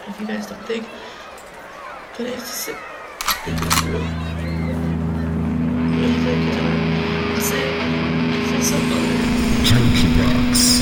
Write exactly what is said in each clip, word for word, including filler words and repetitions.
if you guys don't think. But it's just a good through. Really good guitar. I'll say it feels so good. Junkie Box.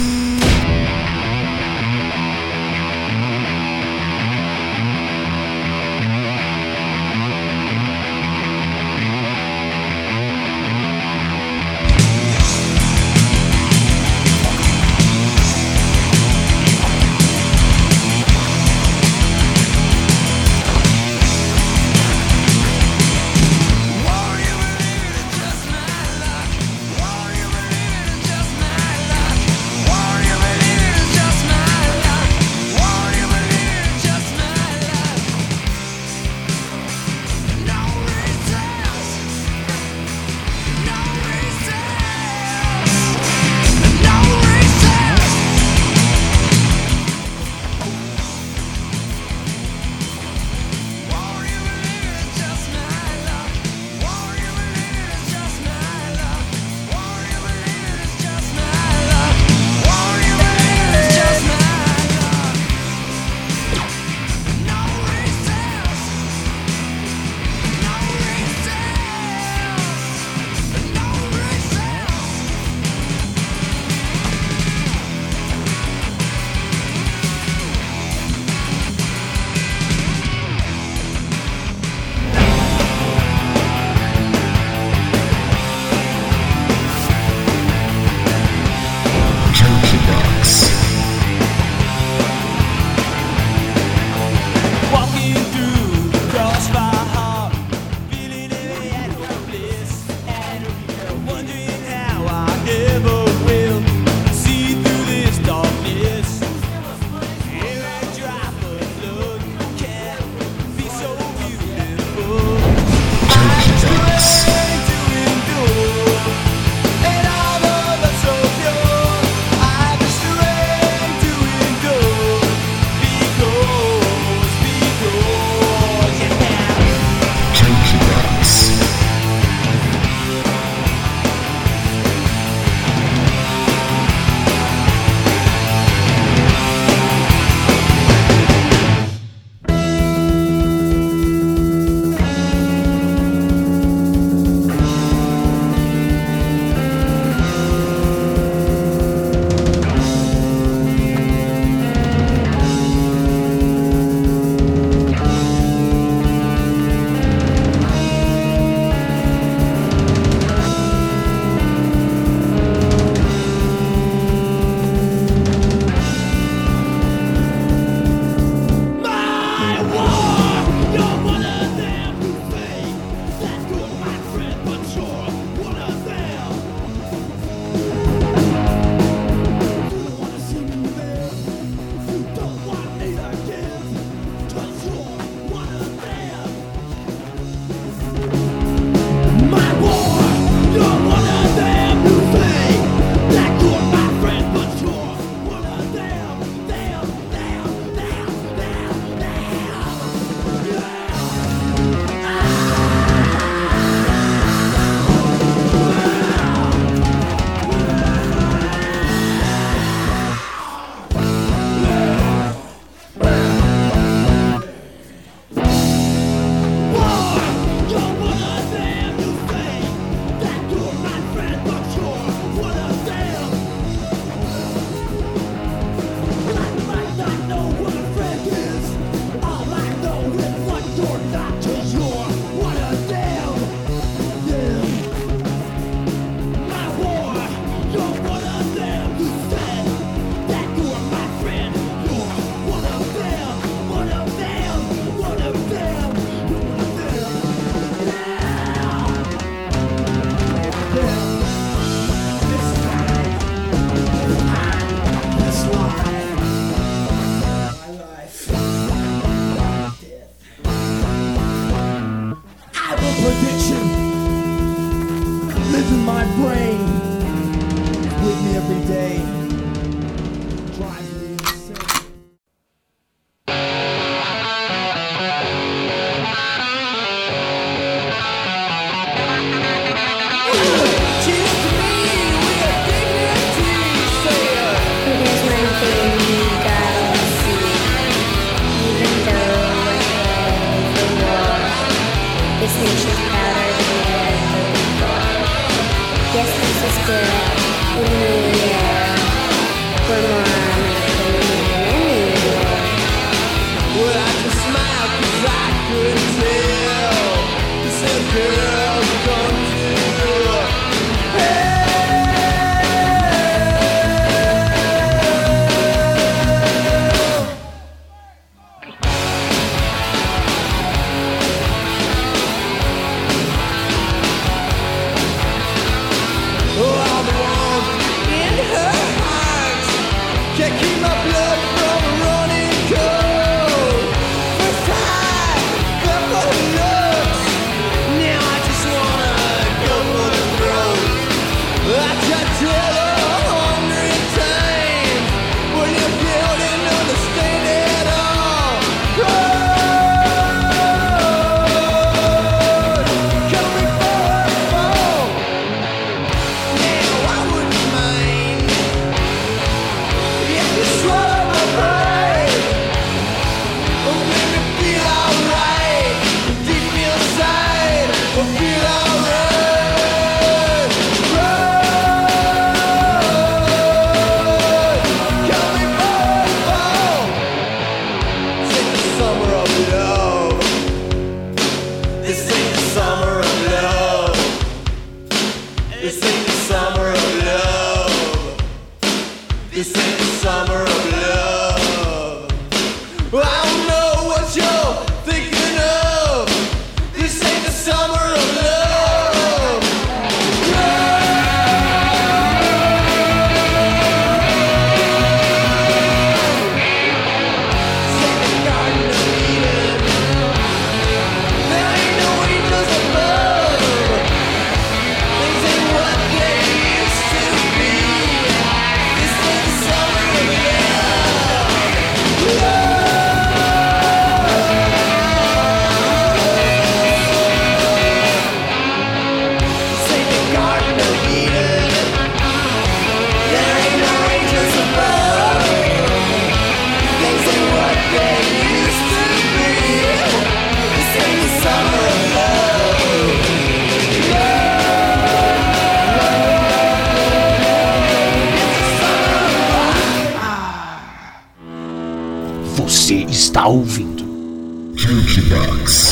Você está ouvindo Jukebox.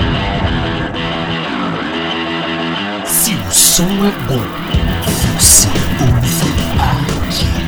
Se o som é bom, você ouve aqui.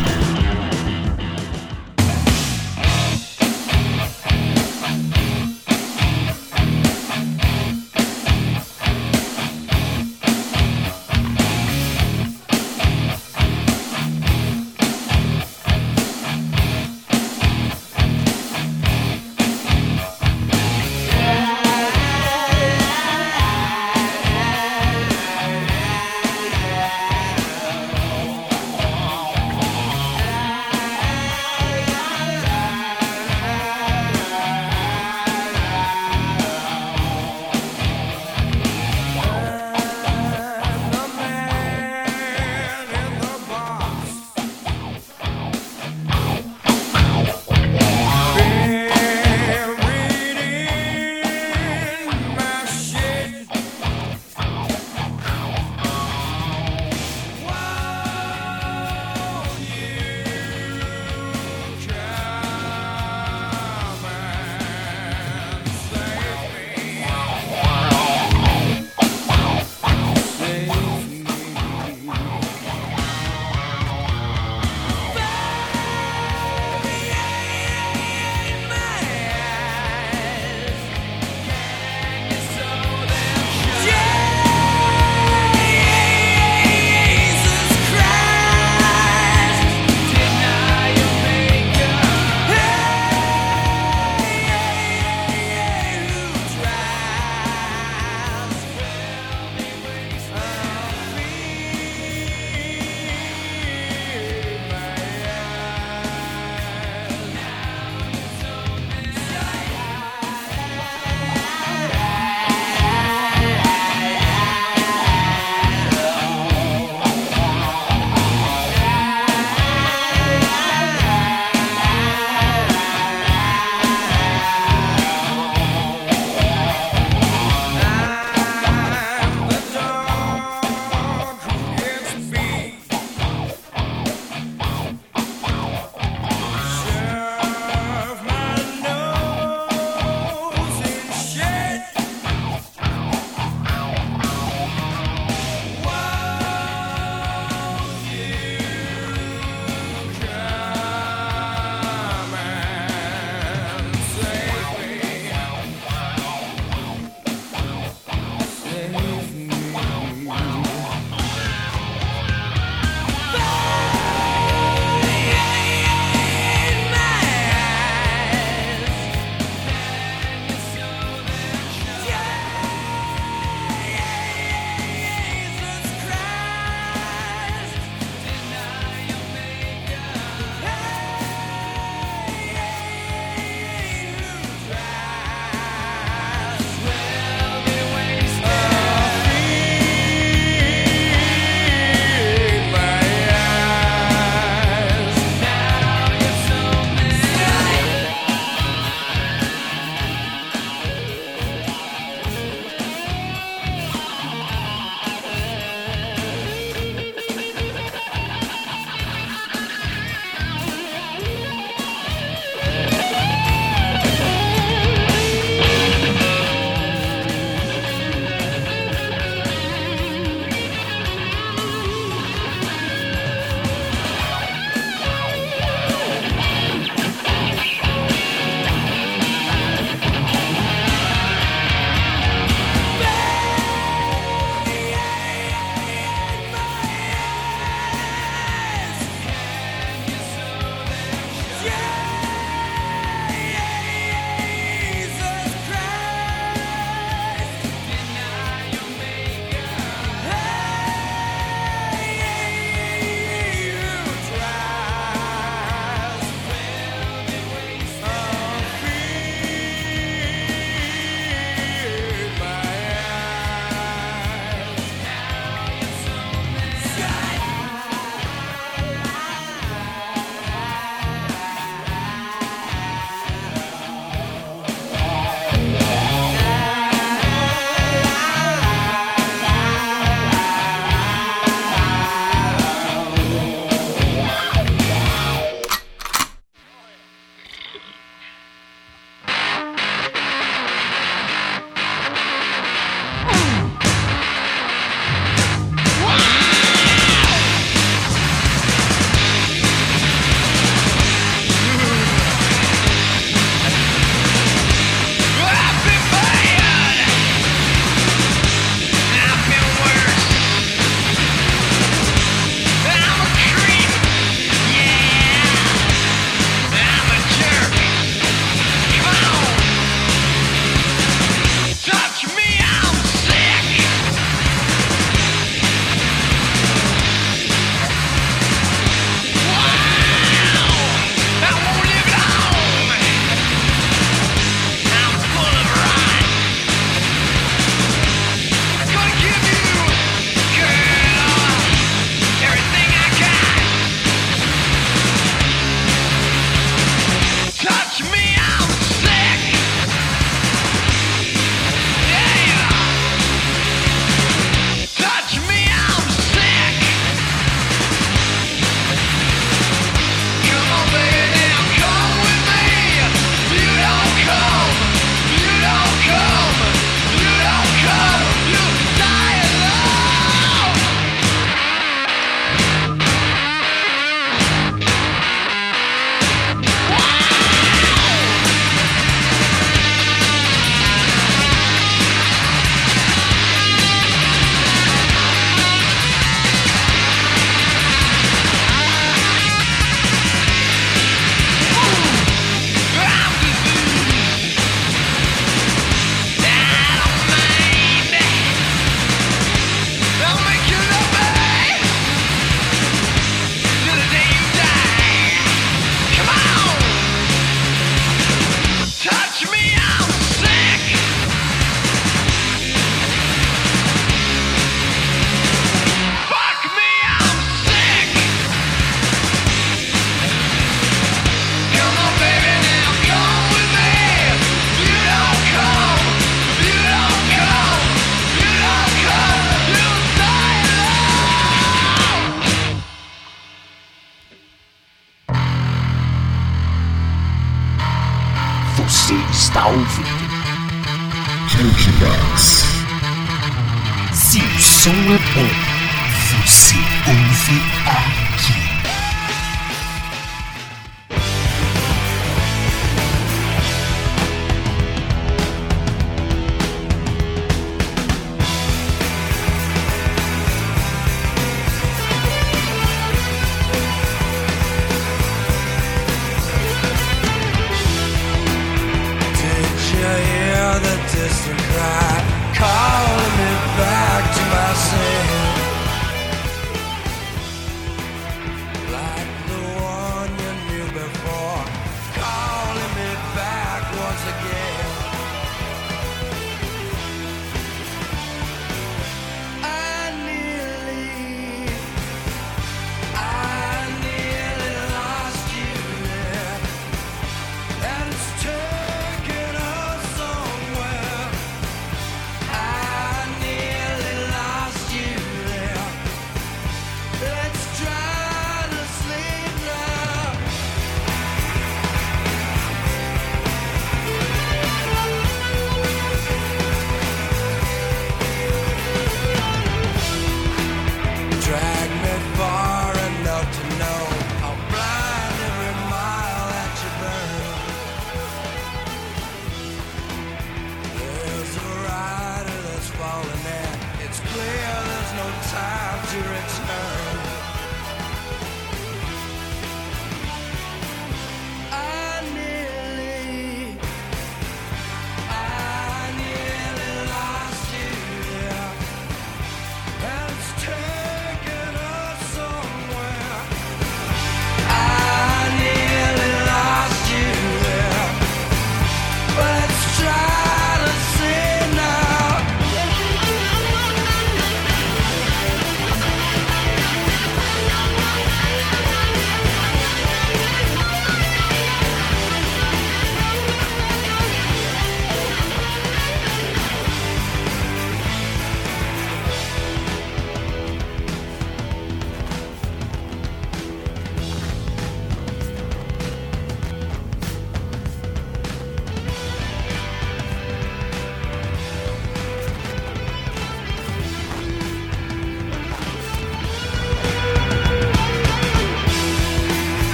Você está ouvindo Jukebox. Se o som é bom, você ouve aqui.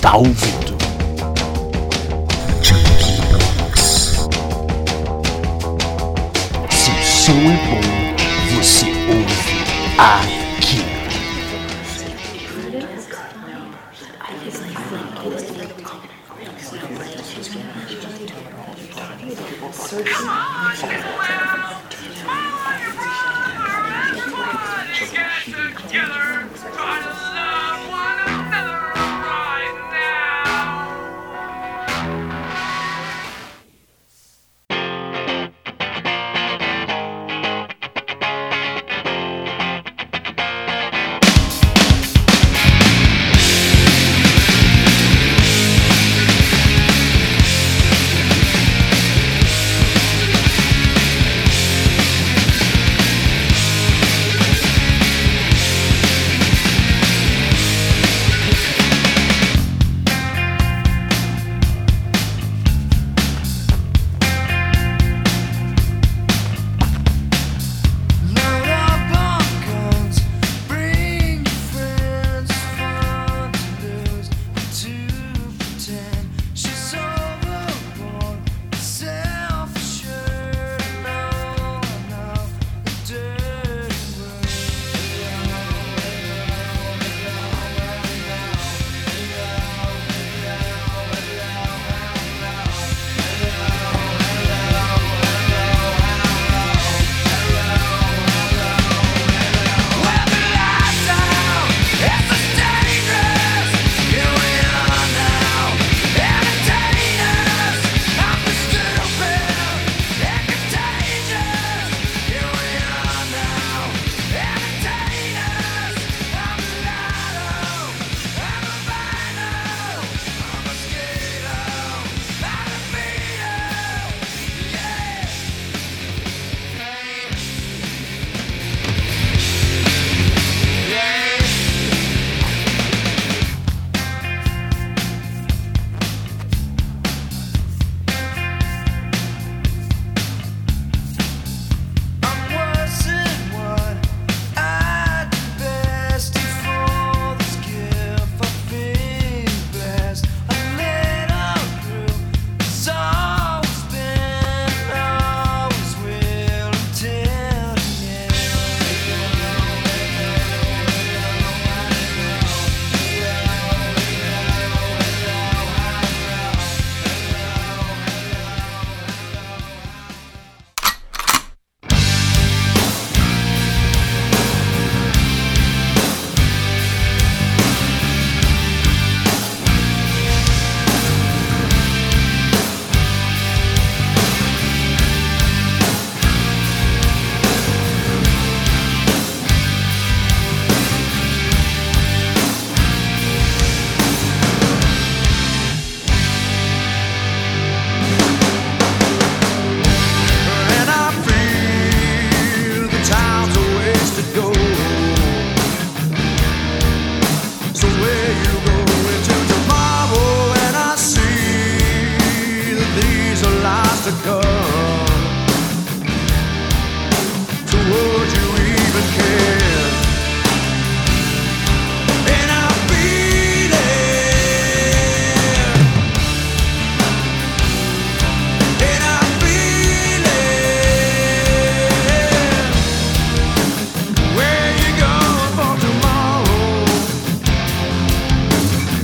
está ouvindo Jukebox. Se o som é bom, você ouve aqui. Together, try to love one another right now.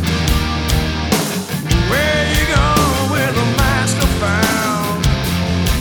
Where you going with a master found?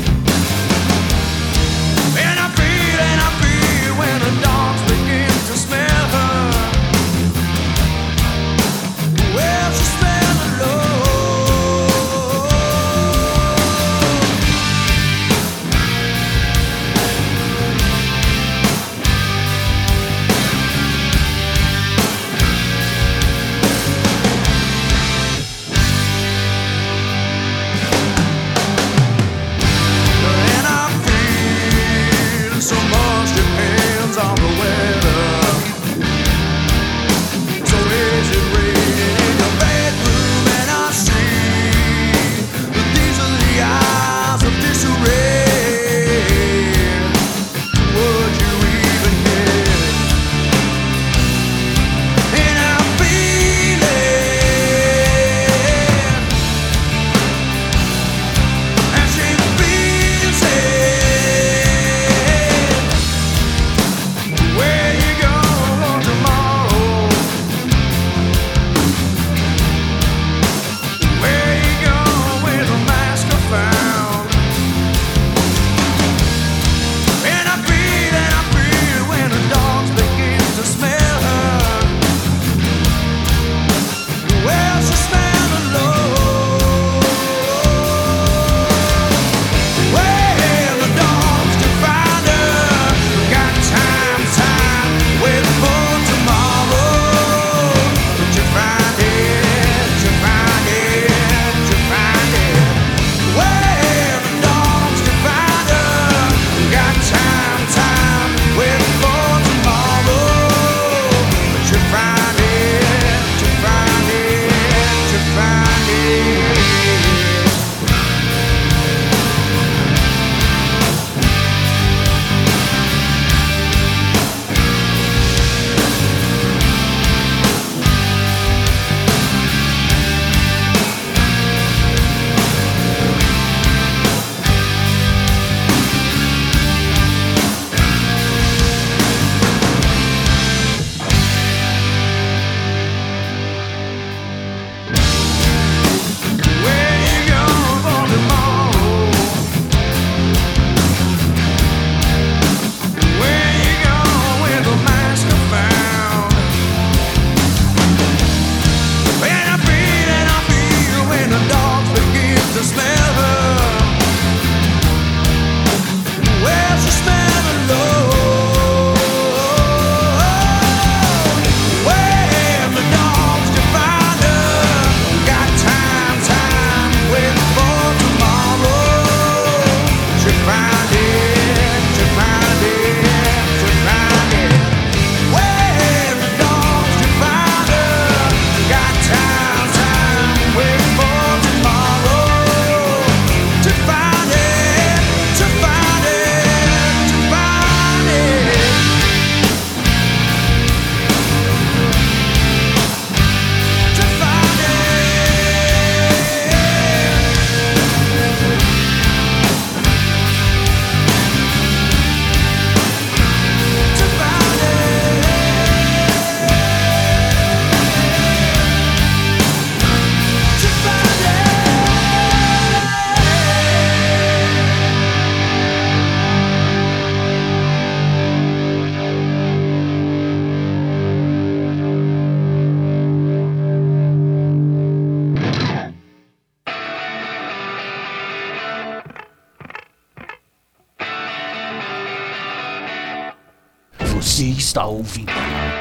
Você está ouvindo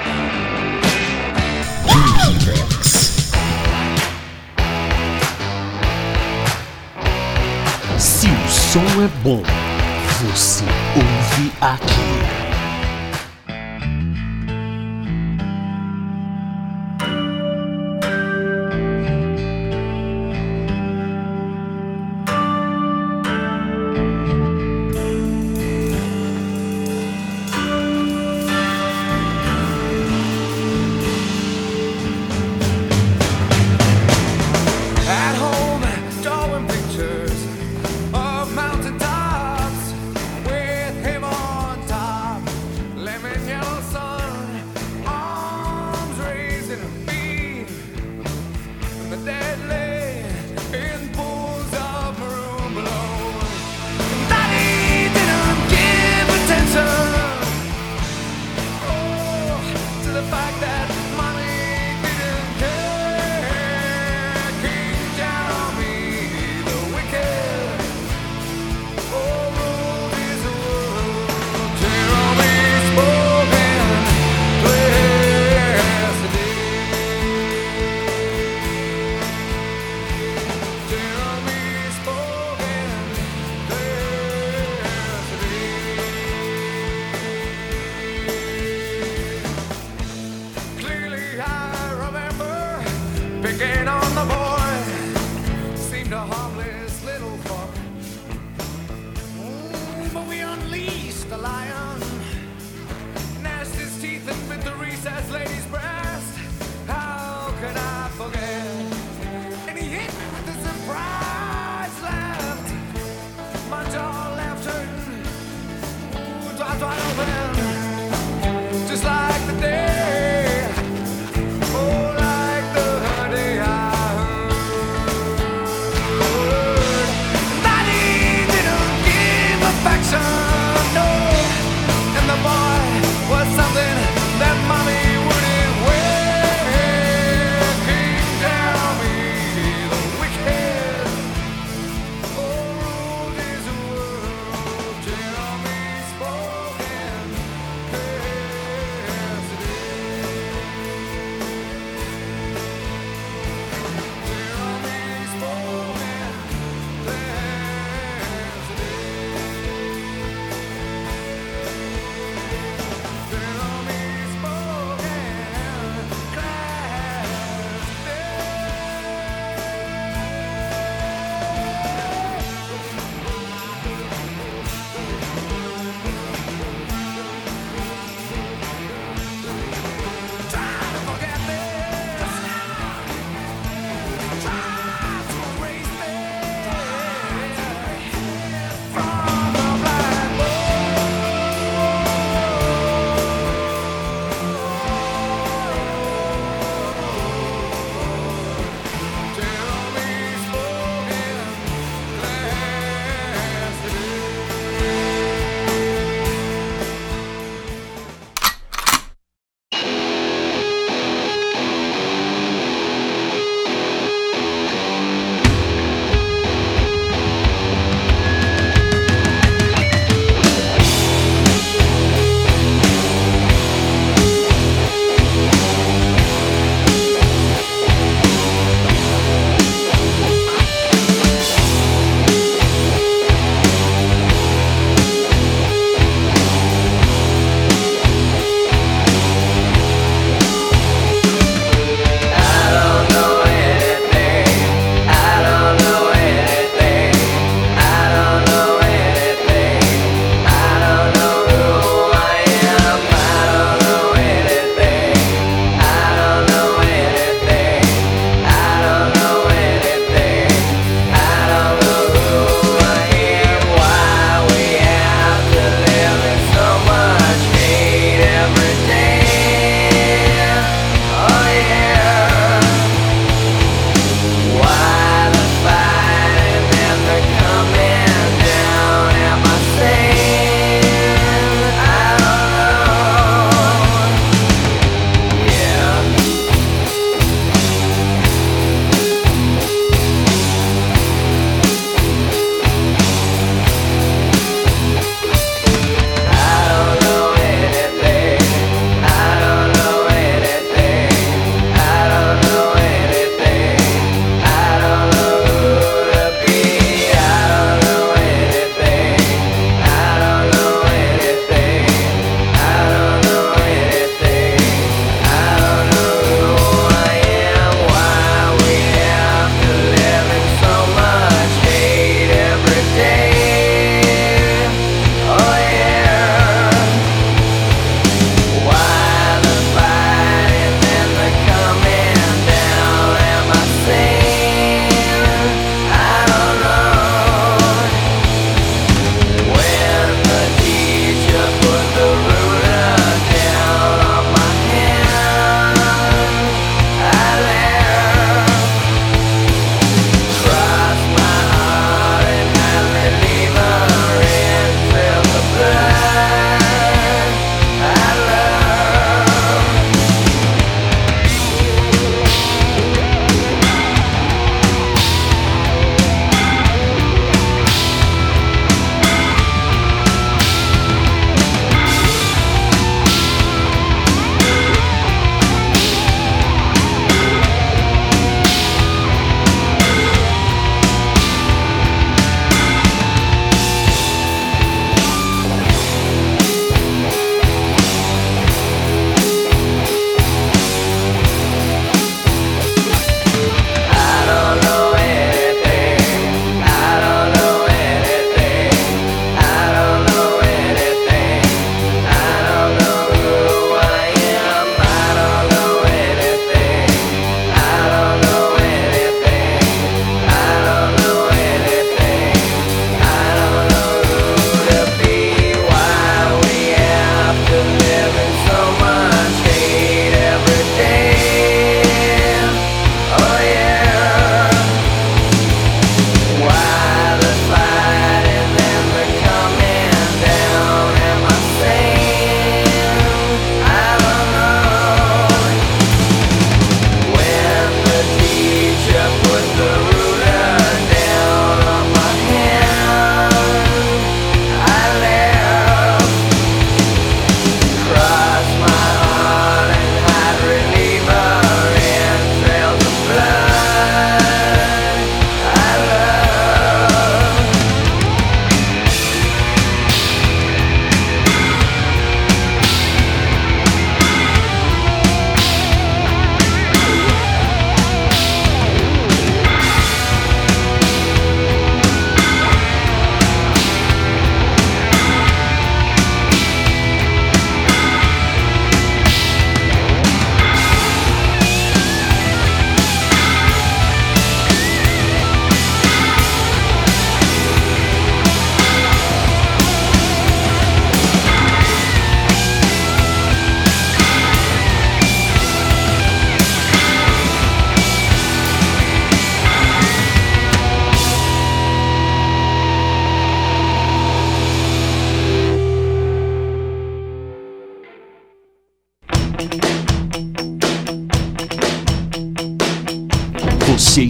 Jukebox. Se o som é bom, você ouve aqui. At home, drawing pictures of mountain tops with him on top. Lemon yellow sun, arms raising a beam. The dead lay in pools of maroon below. Daddy didn't give attention, oh, to the fact that mommy didn't care. King Jeremy, the wicked, oh, ruled his world. Jeremy spoke and blessed the day. Jeremy spoke and blessed the day. Clearly I remember picking on the boy. Seemed a harmless little fuck. Mm, but we unleashed the lion. Gnashed his teeth and bit the recessed lady's breast. How could I forget? And he hit me with the surprise left. My jaw left hurting. Ooh, dropped wide open. Just like the day. Oh, like the day I heard. Daddy didn't give affection, no.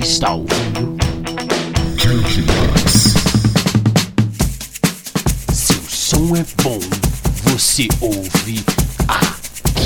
está ouvindo Jukebox. Se o som é bom, você ouve aqui.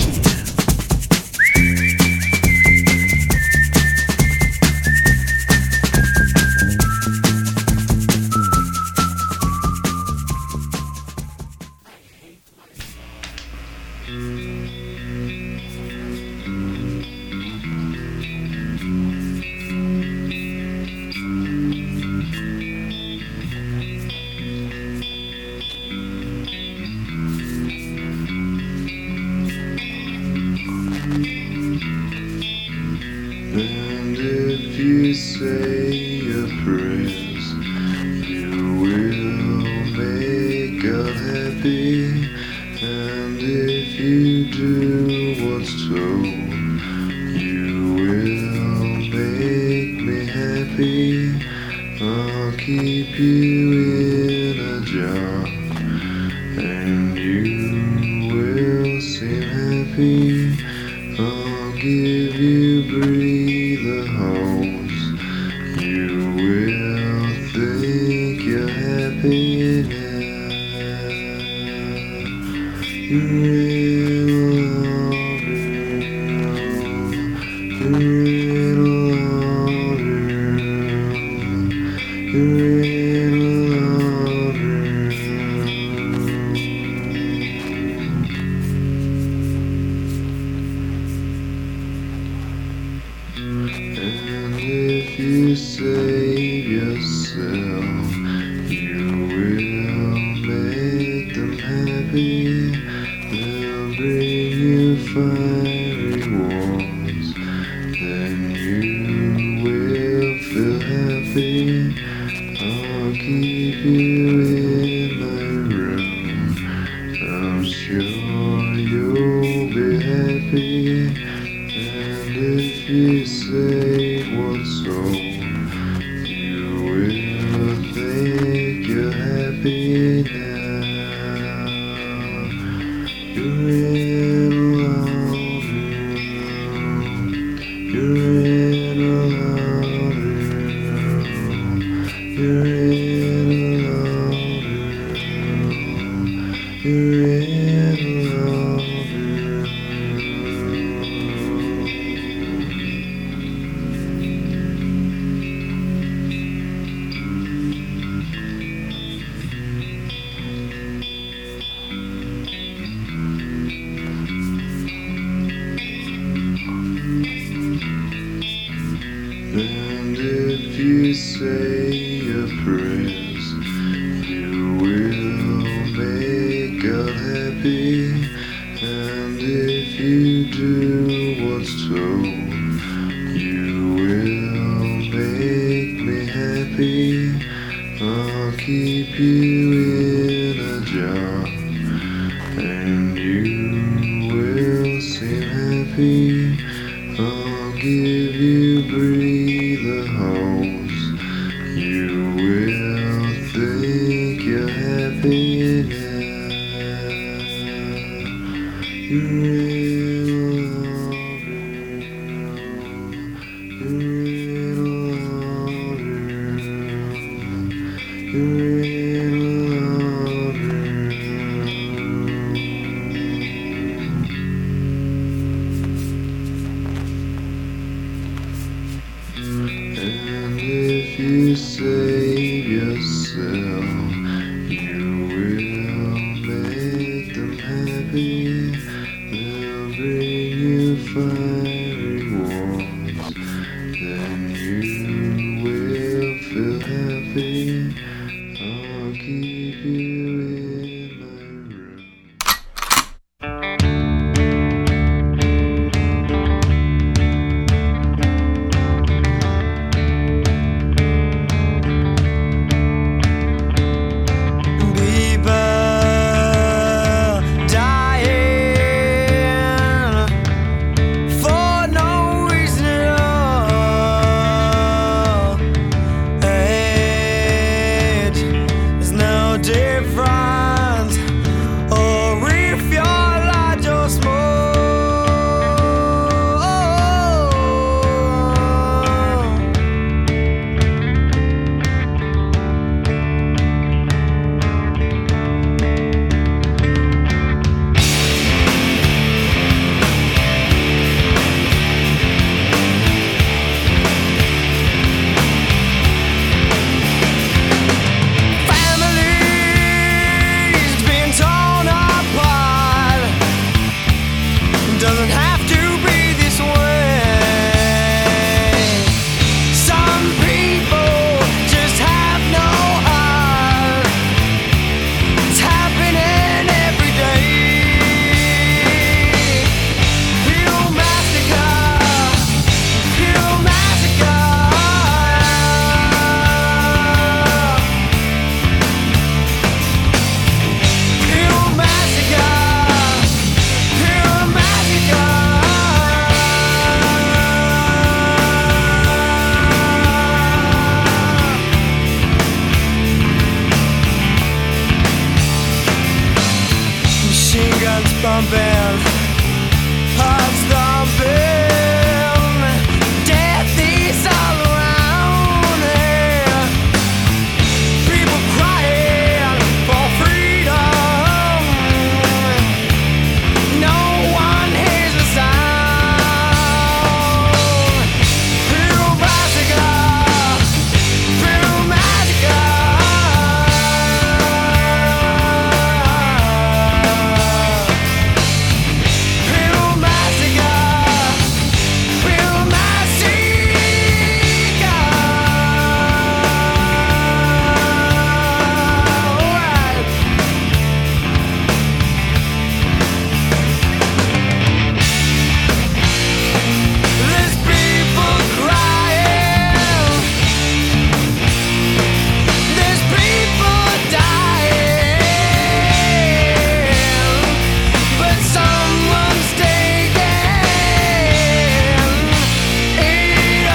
And if you say your prayers, you will make God happy. And if you do what's told, you will make me happy. I'll keep you in a jar, and you will seem happy. I'll give you breather holes. You will think you're happy now. You're in love, you're in love, you're in love. And if you save yourself, you will make them happy. They'll bring you fiery walls, then you will feel happy. I'll keep you in my room, I'm sure you'll be happy. And if you say what's wrong, you will think you're happy now. You're in love, you're in love, you're in love, you're in love. And if you say your prayers, you will make God happy. And if you do what's told, you will make me happy. I'll keep you in a jar, and you will seem happy. I'll give you breather holes. You will think you're happy now. You're in love, you're in love, you're in love. And if you save yourself, you will make them happy. They'll bring you fiery walls, then you will feel happy. I'll keep you in my room. For no reason at all. Age is no pumping, hearts thumping, death is all around here. People crying for freedom. No one hears the sound. Pure massacre, pure massacre. Pure massacre, pure massacre. Alright. There's people crying. There's people dying. But someone's taking it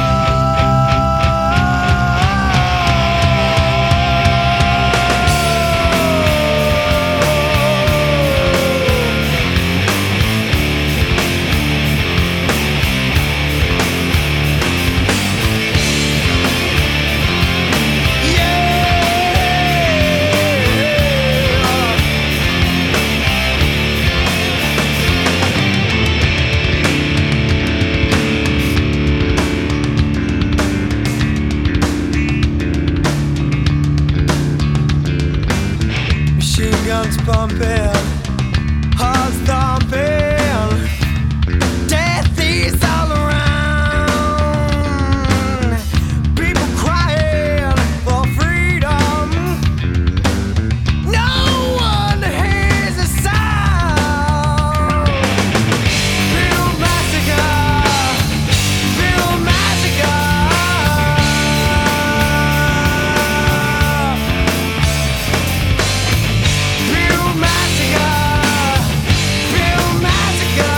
machine guns pumping, hearts thumping, death is all around. People crying for freedom. No one hears a sound. Pure massacre, pure massacre. Pure massacre, pure massacre.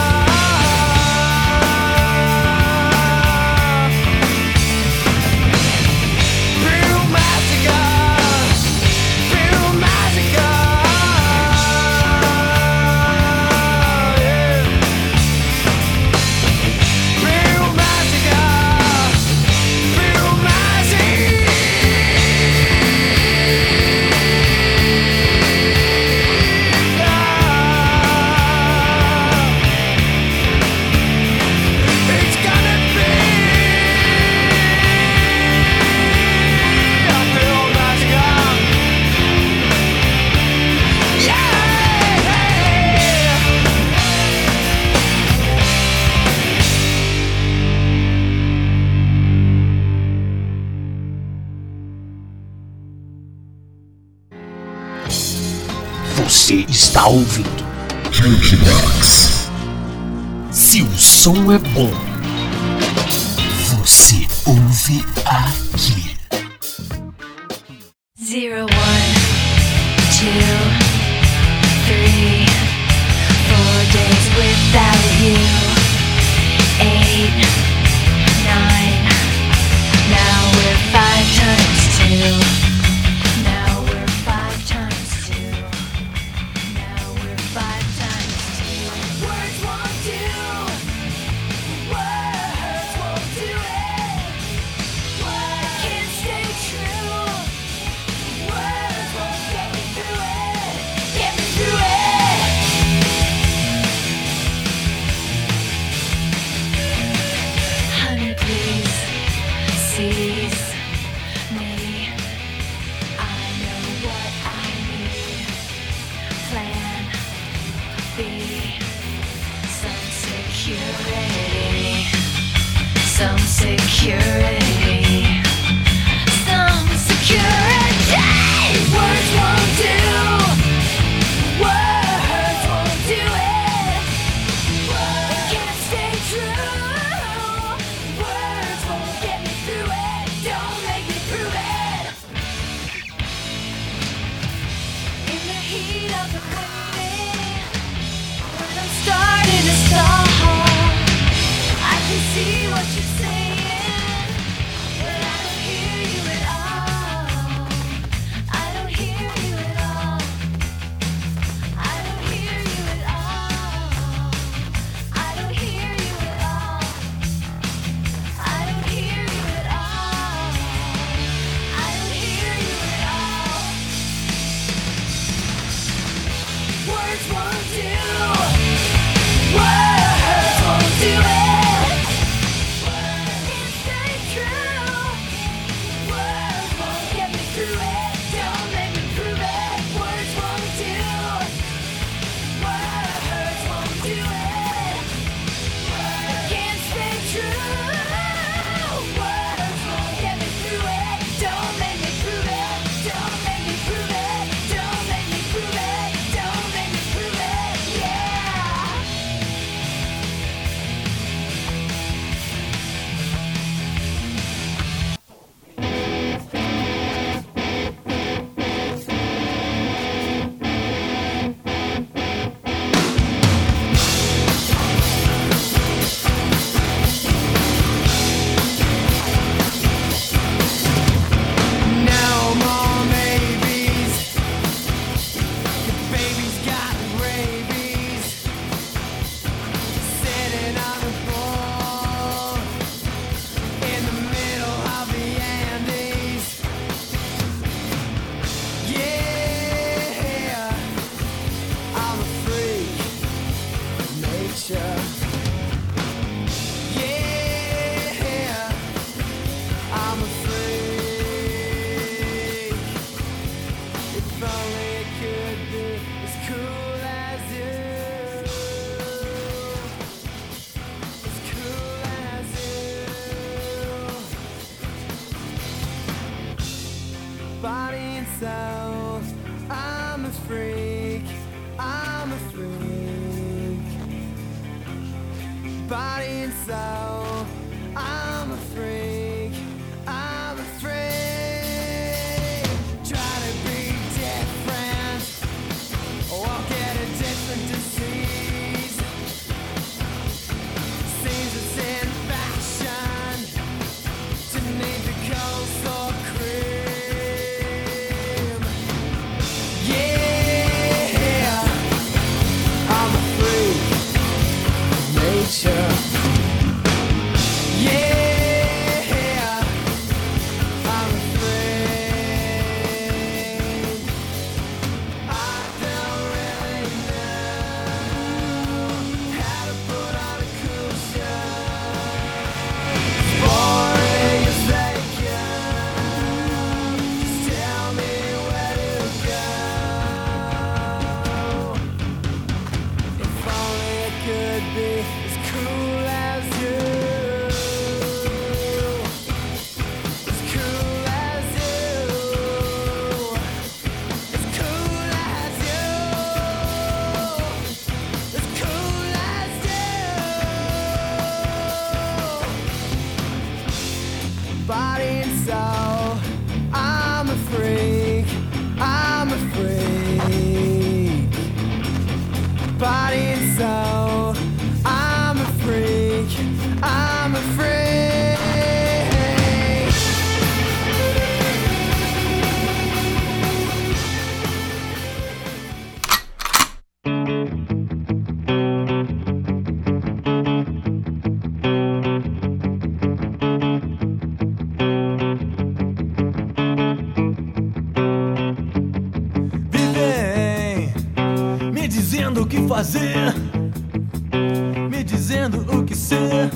Pure massacre, pure massacre. Yeah. Pure massacre, pure It's gonna be a pure massacre. Yeah. Você está ouvindo. Jukebox. Se o som é bom, você ouve aqui. Zero, one, two, three, four days without you. Eight, nine, now we're five times two. Now we're five times two. Now we're five times two. Words won't do. Words won't do it. Words can't stay true. Words won't get me through it. Get me through it. Honey, please seize me. I know what I need. Plan B. Some security. Some security. Some security. Words won't do. Words won't do it. Words can't stay true. Words won't get me through it. Don't make me prove it. In the heat of the quickening, when I'm starting to stall, I can see what you're saying, but I don't hear you at all. I don't hear you at all. I don't hear you at all. body and soul. I'm a freak, I'm a freak. Body and soul. I'm a freak, I'm a freak. Try to be different, walk at a different disease. Seems it's in fashion to need the coleslaw cream. Yeah, I'm a freak of nature. Yeah, I'm a freak. I don't really know how to put on a cool show. Boring as they come. Just tell me where to go. If only it could be as cool as you. As cool as you. As cool as you. As cool as you. Body and soul. I'm a freak. I'm a freak. Body and soul. I'm a freak. I'm a freak. Vivem me dizendo o que fazer, me dizendo o que ser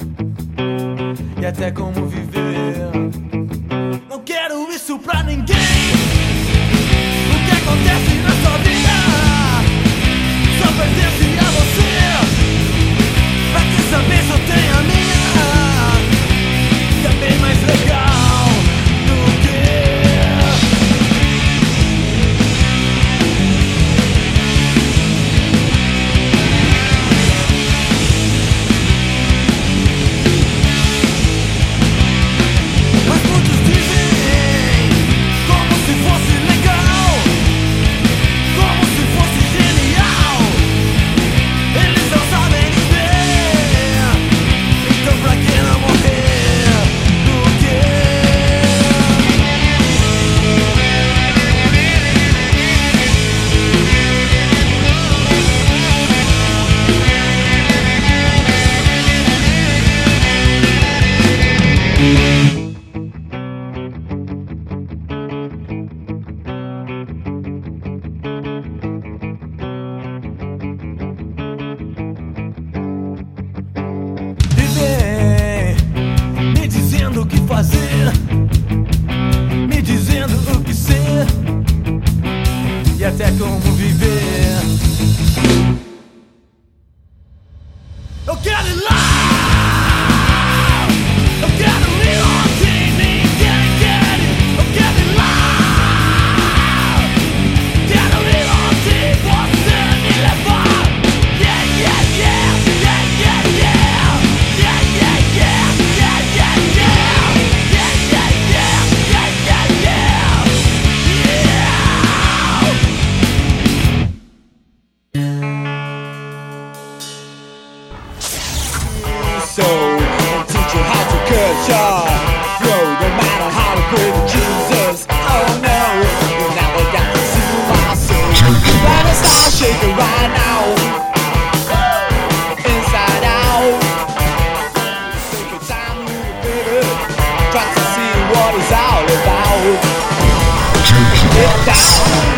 e até como viver. Não quero isso pra ninguém. O que acontece na sua vida só pertence a você. Pra que saber se eu tenho a minha? Que é bem mais legal do que mas muitos dizem como se fosse legal, como se fosse genial. Eles não sabem viver, então pra que não morrer do que? Vivem me dizendo o que fazer, me dizendo o que ser e até como viver. Eu quero ir lá, eu quero ir onde ninguém quer ir. Eu quero ir lá, quero ir onde você me levar. Yeah, yeah, yeah, yeah, yeah, yeah. Yeah, yeah, yeah, yeah, yeah, yeah. Yeah, yeah, yeah, yeah, yeah, yeah. So, and teach you how to culture. Bro, no matter how to pray to Jesus. Oh no, you never got to see my soul. Let us all shake it right now. Inside out. Take your time, you baby. Try to see what it's all about. Get down.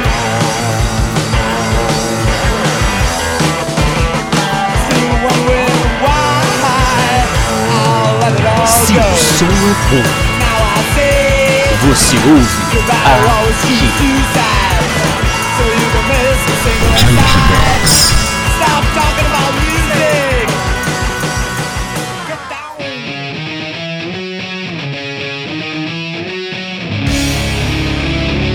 See one way why. I'll let it all Se go. o som é bom, Now I say você ouve goodbye, always keep aqui. you sad. So you can miss a single Junkie time. Box. Stop talking about music. Get down.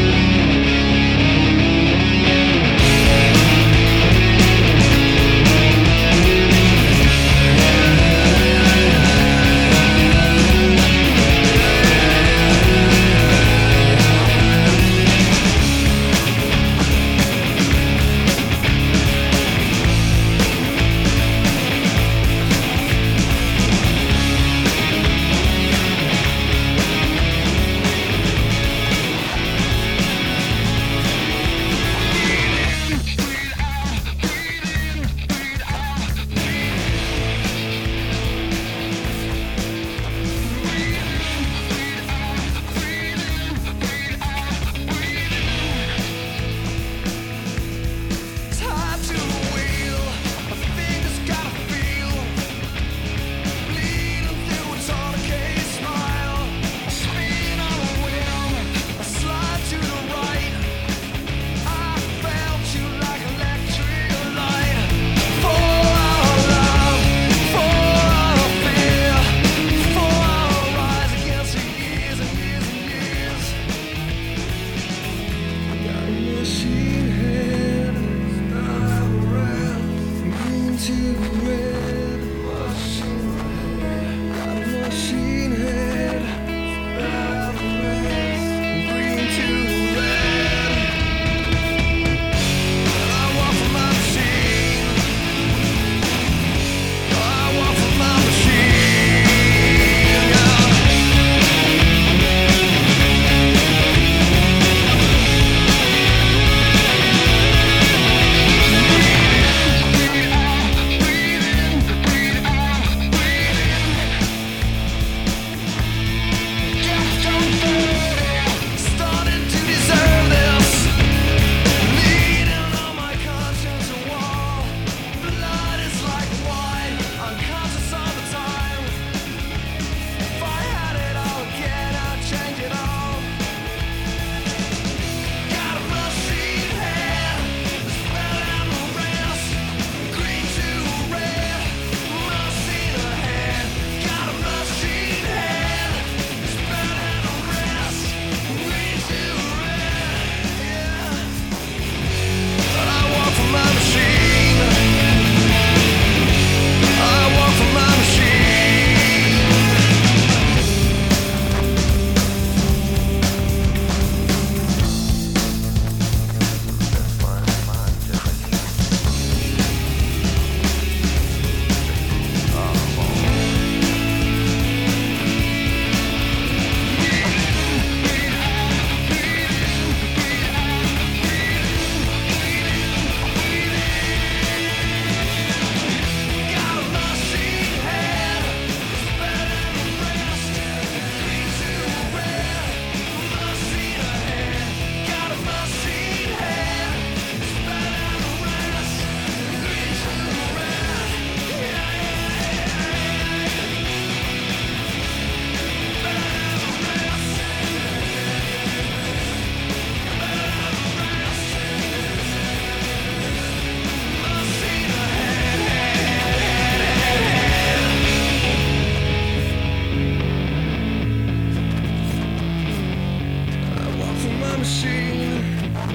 machine.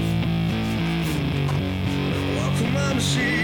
Welcome my machine.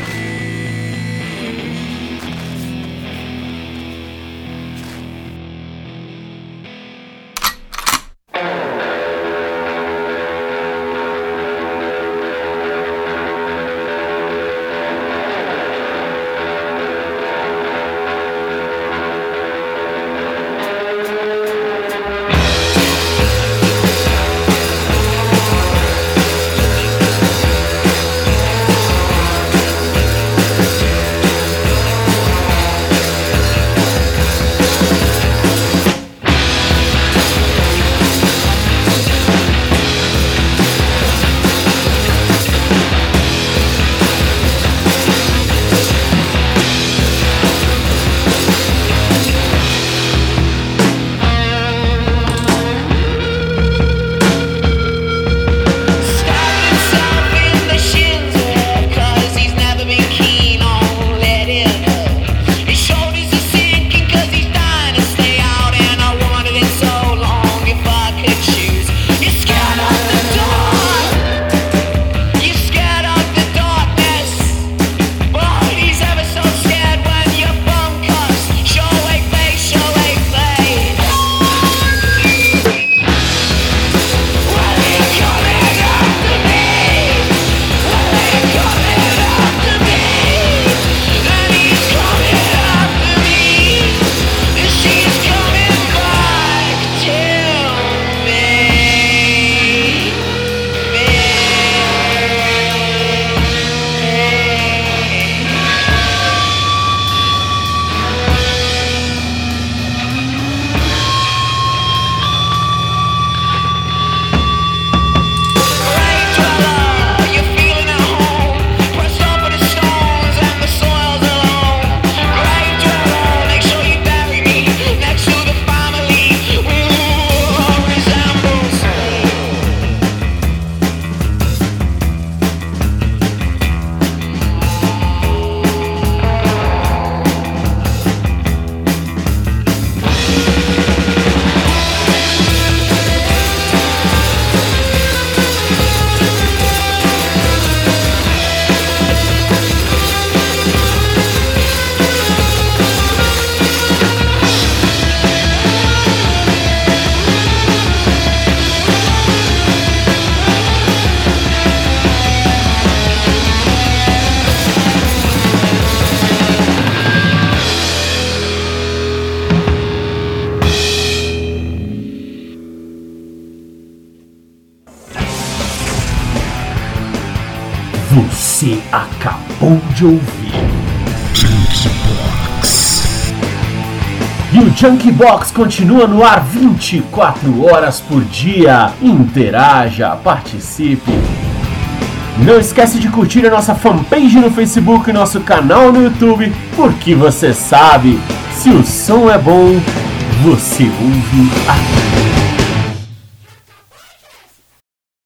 Você acabou de ouvir Junkbox. E o Junkbox continua no ar vinte e quatro horas por dia. Interaja, participe. Não esquece de curtir a nossa fanpage no Facebook e nosso canal no YouTube, porque você sabe, se o som é bom, você ouve aqui.